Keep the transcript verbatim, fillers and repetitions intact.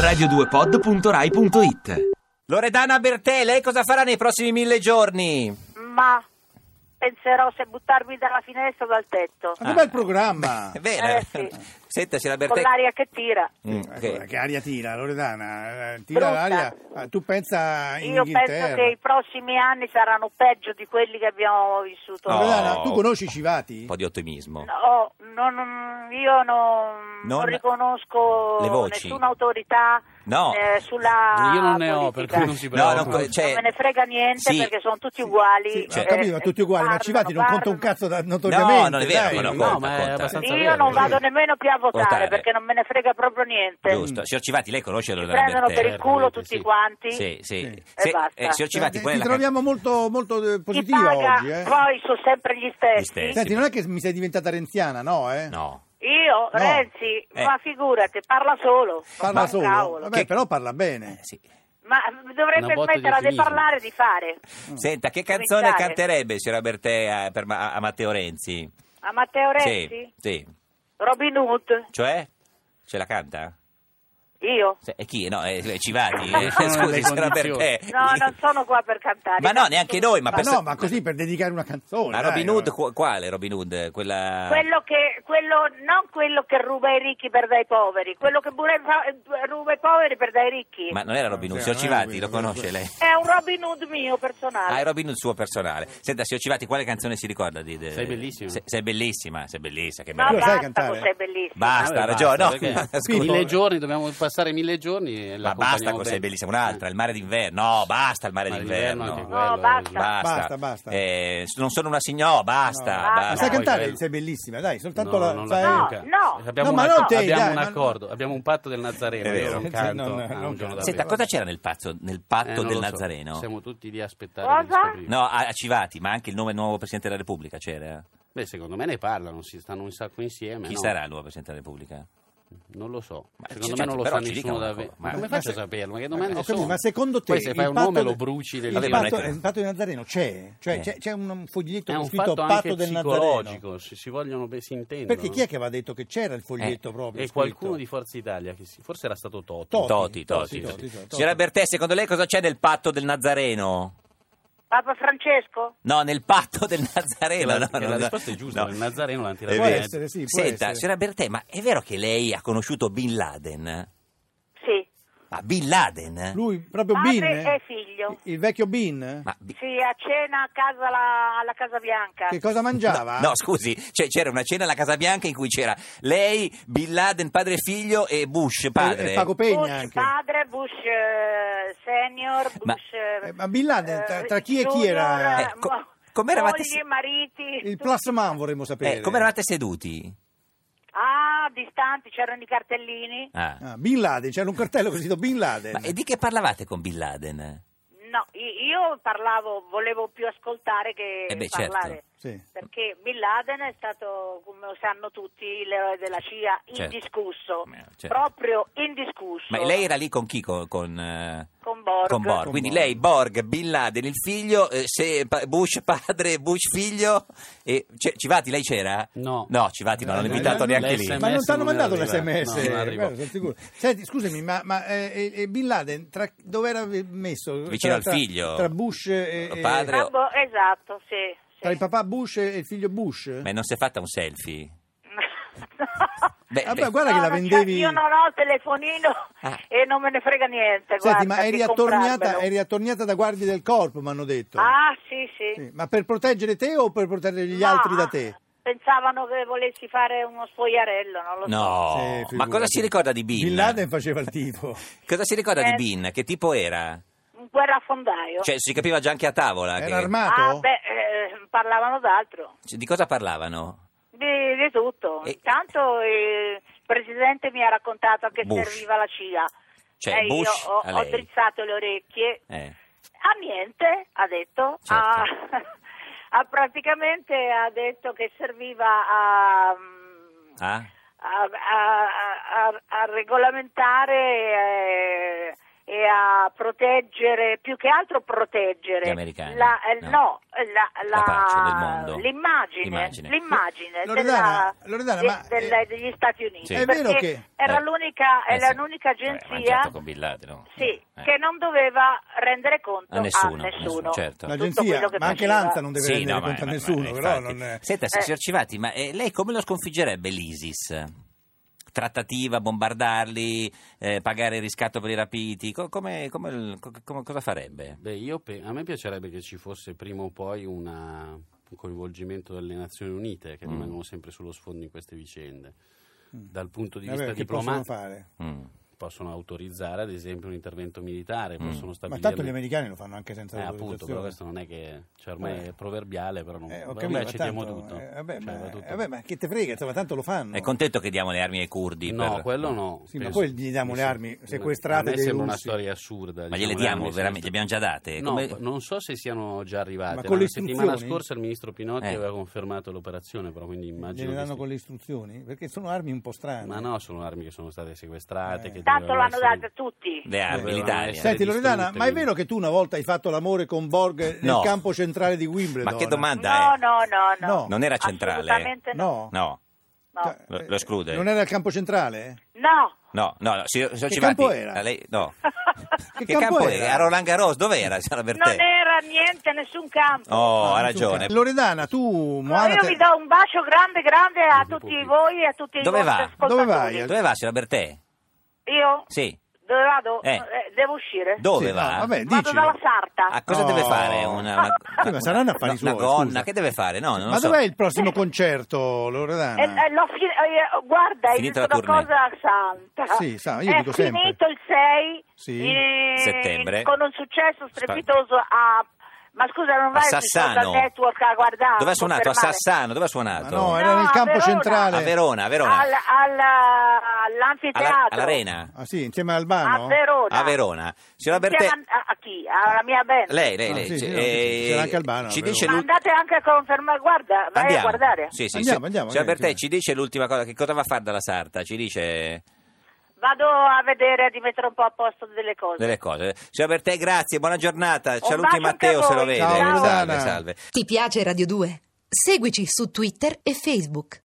radio due pod punto rai punto it. Loredana Bertè, lei cosa farà nei prossimi mille giorni? Ma penserò se buttarmi dalla finestra o dal tetto. Ma che bel programma! È vero. Eh, sì. Senta, signora Con Bertè. l'aria che tira. Mm, Ecco, che- che aria tira, Loredana? Eh, Tira Brutta. l'aria. Ah, tu pensa in Io Inghilterra. penso che i prossimi anni saranno peggio di quelli che abbiamo vissuto. No. Loredana, tu conosci i Civati? Un po' di ottimismo. No, non- io non, Non- non riconosco Le voci. nessuna autorità No. eh, sulla Io non ne ho, politica. per cui non si No, preoccupi. non, cioè, Non me ne frega niente, sì. perché sono tutti uguali. Sì, Cioè- ho capito, ma tutti uguali, ma parlano, Civati non conta un parlano. cazzo da, notoriamente. No, non è vero, dai. ma no, No, conta, ma è conta. abbastanza Io vero, non sì. vado nemmeno più a votare, Votare. perché non me ne frega proprio niente. Giusto. Signor Civati, lei conosce Mi Loredana prendono Bertè? per il culo veramente, tutti sì. quanti. Sì, sì. Sì. Se- basta. eh, signor Civati, Eh, qual è ti la troviamo molto, molto eh, Chi positiva paga oggi, eh? poi sono sempre gli stessi. Gli stessi. Senti, non è che mi sei diventata renziana, no, eh? No. Io, Renzi, Eh. ma figurati, parla solo. Parla Ma solo. cavolo. Vabbè, Che- però parla bene. Eh, sì. Ma dovrebbe Una botta di smetterla di ottimismo. parlare e di fare. Senta, che canzone Cominciare. canterebbe, signora Bertè, a, per Ma- a Matteo Renzi? A Matteo Renzi? Sì, sì. Robin Hood? Cioè? Ce la canta? Io? Se- E chi? No, eh, Civati? Eh, sono Scusi, le signora condizioni. Bertè. No, non sono qua per cantare. Ma no, neanche noi, ma, Ma per no, ma così per dedicare una canzone. Ma dai, Robin no? Hood, qu- quale Robin Hood? Quella... Quello che, quello, non quello che ruba ai ricchi per dare ai poveri, quello che pure fa- ruba ai poveri per dare ai ricchi. Ma non era Robin Hood, Sì, signor non è Civati, Robin lo Hood. conosce lei? È un Robin Hood mio personale. Ah, è Robin Hood suo personale. Senta, signor Civati, quale canzone si ricorda di... de- Sei bellissima. Se- sei bellissima, sei bellissima, che No, bello. lo sai basta, cantare? sei bellissimo. Basta, Vabbè, ha ragione, basta, no? perché Scusi. mille giorni, dobbiamo passare mille giorni e Ma la basta con sei bellissima, un'altra, il mare d'inverno. No, basta il mare Mare d'inverno. d'inverno, anche No, quello, basta. Basta, Basta, basta. Eh, non sono una signora, basta, No. Ma basta. Ma sai poi cantare? quello- Sei bellissima, dai, soltanto No, la non fai- la No, canto. no. Abbiamo, No, ma una- non te, abbiamo dai, un ma- accordo, abbiamo un patto del Nazareno. È vero. Io non Sì, canto non- a non un giorno canto. da Senta, bere. cosa c'era nel, pazzo, nel patto Eh, non del lo so. Nazareno? Siamo tutti lì a aspettare Cosa? di scoprire. No, a, a Civati, ma anche il nome nuovo Presidente della Repubblica c'era? Beh, secondo me ne parlano, si stanno un sacco insieme. Chi no? sarà il nuovo Presidente della Repubblica? Non lo so. Ma Secondo certo, me non lo però sa ci nessuno dicono, davvero. ma- Ma come ma faccio a se- saperlo? Ma che Ho domande capito, sono? ma secondo te Poi se fai il un patto nome lo del- bruci nel il, Vabbè, ma non è patto, che- il patto del Nazareno c'è? Cioè Eh. c'è, c'è un foglietto È con un scritto fatto patto anche del Nazareno? psicologico, si, si vogliono, beh, si intendono. Perché chi è che aveva detto che c'era il foglietto Eh, proprio? E scritto? qualcuno di Forza Italia, che si- forse era stato Totti. Totti. Toti, Toti. Toti, Toti, Toti. Signora Bertè, secondo lei cosa c'è nel patto del Nazareno? Papa Francesco? No, nel patto del E Nazareno. la, no, e no, la no. risposta è giusta, No. il Nazareno l'hanno È tirato Può vero. in essere, mezzo. sì, può Senta, essere. signora Bertè, ma è vero che lei ha conosciuto Bin Laden? Sì. Ma Bin Laden? Lui, proprio Padre Bin? e figlio. Il vecchio Bin? Ma Bi- Sì, a cena a casa la- alla Casa Bianca. Che cosa mangiava? No, scusi, cioè, c'era una cena alla Casa Bianca in cui c'era lei, Bin Laden, padre e figlio e Bush, padre. E, e Pago Pegna Bush anche. padre, Bush eh, senior, Ma- Bush... eh, Eh, ma Bin Laden, tra- tra chi e chi era? junior, Eh, co- mo- come eravate mogli, se- mariti... Il tutti- plus man vorremmo sapere. Eh, come eravate seduti? Ah, distanti, c'erano i cartellini. Ah. Ah, Bin Laden, c'era un cartello così, Bin Laden. Ma e di che parlavate con Bin Laden? No, i- io parlavo, volevo più ascoltare che Eh beh, parlare. certo. Sì. Perché Bin Laden è stato, come lo sanno tutti, l'eroe della C I A, Certo. indiscusso. Eh, certo. Proprio indiscusso. Ma lei era lì con chi? Con, con, eh, Con Borg. con Borg. Con Quindi Borg. lei, Borg, Bin Laden, il figlio, eh, se, pa- Bush padre, Bush figlio. E, c'è- Civati, lei c'era? No. No, Civati non Eh, l'hanno eh, invitato eh, neanche lì. l'S M S Ma non ti hanno non mandato era l'S M S? arrivato. No, non arrivò. Guarda, sono sicuro. Senti, scusami, ma, ma eh, eh, Bin Laden tra, dove era messo? Vicino Tra- al figlio. Tra, tra Bush e, e- Padre. Ah, boh, esatto, sì. sì. tra il papà Bush e il figlio Bush? Ma non si è fatta un selfie? No. Beh, Vabbè, beh, guarda che No, la non c'è- vendevi. io non ho il telefonino Ah. e non me ne frega niente. Senti, guarda, ma eri che attorniata, comprarmelo. eri attorniata da guardie del corpo, mi hanno detto. Ah, sì, sì. Sì, ma per proteggere te o per proteggere gli No, altri da te? Pensavano che volessi fare uno spogliarello, non lo so. no. Sì, Ma figurati. cosa si ricorda di Bin? Bin Laden faceva il tipo. Cosa si ricorda Eh. di Bin? Che tipo era? Un guerrafondaio. Cioè, si capiva già anche a tavola. Era che- armato? Ah, beh, eh, parlavano d'altro. Cioè, di cosa parlavano? Di, di tutto. E- Intanto il presidente mi ha raccontato a che Bush. serviva la C I A. Cioè, e Bush io ho, a ho lei. drizzato le orecchie. Eh. A niente, ha detto. Certo. Ha, ha praticamente ha detto che serviva a, Ah? a, a- a- a regolamentare eh, e a proteggere, più che altro proteggere Gli americani, la, eh, no. no, la, la- La pace del mondo. l'immagine, L'immagine. l'immagine Loredana, della- Loredana, de- ma, del- eh, degli Stati Uniti, Sì. È perché vero che- era Eh. l'unica, Eh, era sì. l'unica Vabbè, agenzia mangiato con Bin Laden, no? sì, Eh. che non doveva rendere conto A nessuno, a nessuno. nessuno, certo. Tutto L'agenzia, quello che ma anche faceva. l'ANSA non deve Sì, rendere no, ma- conto a ma- nessuno, ma- però infatti. non è... Senta, Eh. signor Civati, ma eh, lei come lo sconfiggerebbe l'ISIS? Trattativa, bombardarli, eh, pagare il riscatto per i rapiti? Co- come, come- co- come- cosa farebbe? Beh, io pe- a me piacerebbe che ci fosse prima o poi una- un coinvolgimento delle Nazioni Unite, che Mm. rimangono sempre sullo sfondo in queste vicende. Dal punto di Vabbè, vista che possono diplomatico fare? Mm. possono autorizzare ad esempio un intervento militare, Mm. possono Ma stabilire... tanto gli americani lo fanno anche senza Eh, appunto, però autorizzazione. questo non è che... Cioè, ormai Eh. è proverbiale, però non... Eh, ho vabbè, capito, ma accettiamo tanto- tutto. eh, vabbè, Cioè, ma, va tutto- eh, vabbè, ma che te frega, insomma, tanto lo fanno. È contento che diamo le armi ai curdi? No, per- quello no. Sì, ma Penso- poi gli diamo mi le sem- armi sequestrate A me dei sembra una russi. storia assurda. Ma gliele diciamo, le diamo armi veramente? Le sequestrate. abbiamo già date? No, Come- p- non so se siano già arrivate. Ma con le La settimana istruzioni? scorsa il ministro Pinotti Eh. aveva confermato l'operazione, però quindi immagino Gliene che danno sti- con le istruzioni? Perché sono armi un po' strane. Ma no, sono armi che sono state sequestrate. Eh. che Tanto dovevano l'hanno essere- date a tutti. Le armi Dovevano militari? essere- Senti Loredana, distrutte, ma è quindi. vero che tu una volta hai fatto l'amore con Borg nel No. campo centrale di Wimbledon? Ma che domanda No, è? no, no, no. No. Non era centrale? Assolutamente no. No? No, No. Cioè, Lo- eh, lo esclude? Non era il campo centrale? No. no, no, no, signor, signor Che Civati, campo era? a lei- no. Che Che campo campo era? era? A Roland Garros, dov'era? Signora Bertè? Non era niente, nessun campo. Oh, ha Ah, ragione. Loredana, tu, No, Moana, io te- vi do un bacio grande, grande a Di tutti pubblico. voi e a tutti Dove i vostri va? ascoltatori. Dove vai? Dove va, signora Bertè? Io? Sì. Dove vado? Eh. Eh, devo uscire. Dove Sì, va? no, vabbè, Vado dicelo. dalla sarta. A cosa Oh. deve fare? Una, una, Sì, ma saranno affari una suoi, gonna, scusa. che deve fare? No, non lo Ma so. dov'è il prossimo concerto, Loredana? Eh, eh, l'ho fi- eh, guarda, hai Finita detto la una tournée. cosa santa. Sì, sa, io è dico sempre. finito il sei Sì. eh, Settembre. con un successo strepitoso a... Ma scusa, non vai A sul Sassano. social network a guardare? Dove ha suonato? A confermare? Sassano, dove ha suonato? Ma no, era No, nel a campo Verona. centrale. A Verona, a Verona. Al, al, Alla- all'anfiteatro. all'arena. Ah sì, insieme a Albano? A Verona. A Verona. Signora Bertè, Insieme a, a chi? Alla mia band. lei, lei, Ah, lei. sì, sì, ci- no, eh, c'era anche Albano, Ci a Verona. dice Ma l'ultima... andate anche a confermare, guarda, vai a guardare. Sì, sì, Andiamo, sì. andiamo, Signora andiamo. Bertè, ci dice l'ultima cosa, che cosa va a fare dalla Sarta? Ci dice Vado a vedere di mettere un po' a posto delle cose. delle cose. Signora Bertè, grazie, buona giornata. Saluti bacio anche Matteo a se lo voi. vede. Ciao, salve, Loredana. salve. Ti piace Radio due? Seguici su Twitter e Facebook.